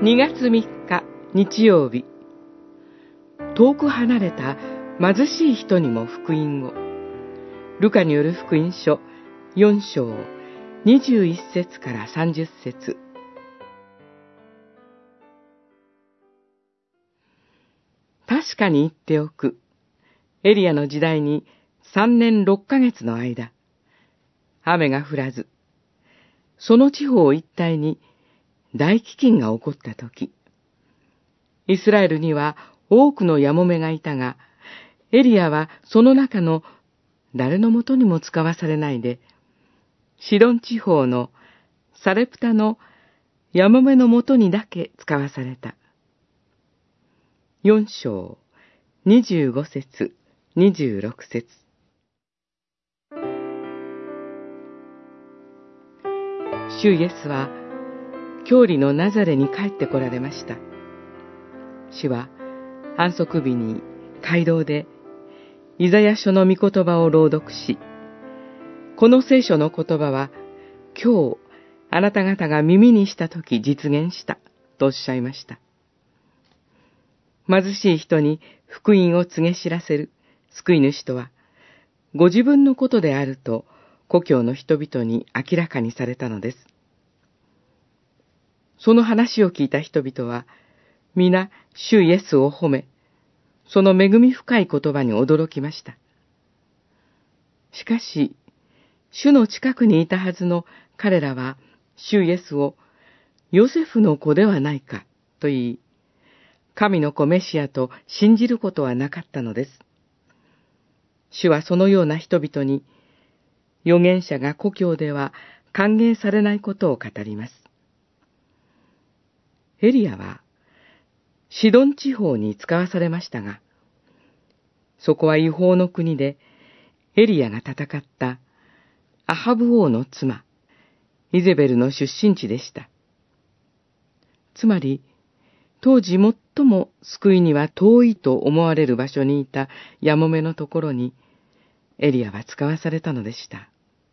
2月3日日曜日、遠く離れた貧しい人にも福音を。ルカによる福音書4章21節から30節。確かに言っておく。エリアの時代に3年6ヶ月の間、雨が降らず、その地方一帯に大飢饉が起こったとき、イスラエルには多くのヤモメがいたが、エリアはその中の誰のもとにも使わされないで、シドン地方のサレプタのヤモメのもとにだけ使わされた。4章25節26節。主イエスは郷里のナザレに帰って来られました。主は安息日に街道でイザヤ書の御言葉を朗読し、この聖書の言葉は今日あなた方が耳にしたとき実現したとおっしゃいました。貧しい人に福音を告げ知らせる救い主とは、ご自分のことであると故郷の人々に明らかにされたのです。その話を聞いた人々は、皆主イエスを褒め、その恵み深い言葉に驚きました。しかし、主の近くにいたはずの彼らは、主イエスをヨセフの子ではないかと言い、神の子メシアと信じることはなかったのです。主はそのような人々に、預言者が故郷では歓迎されないことを語ります。エリアは、シドン地方に使わされましたが、そこは違法の国で、エリアが戦ったアハブ王の妻、イゼベルの出身地でした。つまり、当時最も救いには遠いと思われる場所にいたヤモメのところに、エリアは使わされたのでした。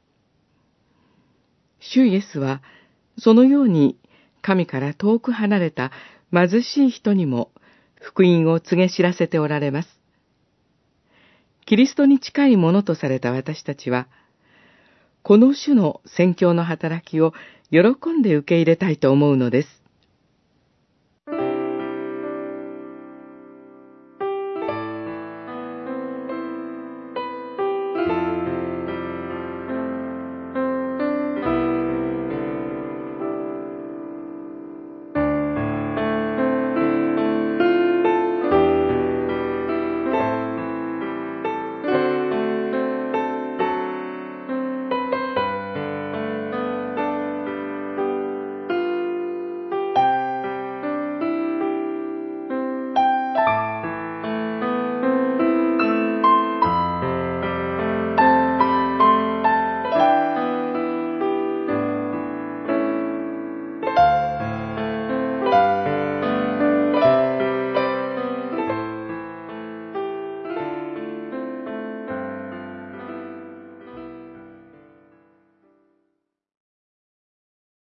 主イエスは、そのように神から遠く離れた貧しい人にも福音を告げ知らせておられます。キリストに近いものとされた私たちは、この種の宣教の働きを喜んで受け入れたいと思うのです。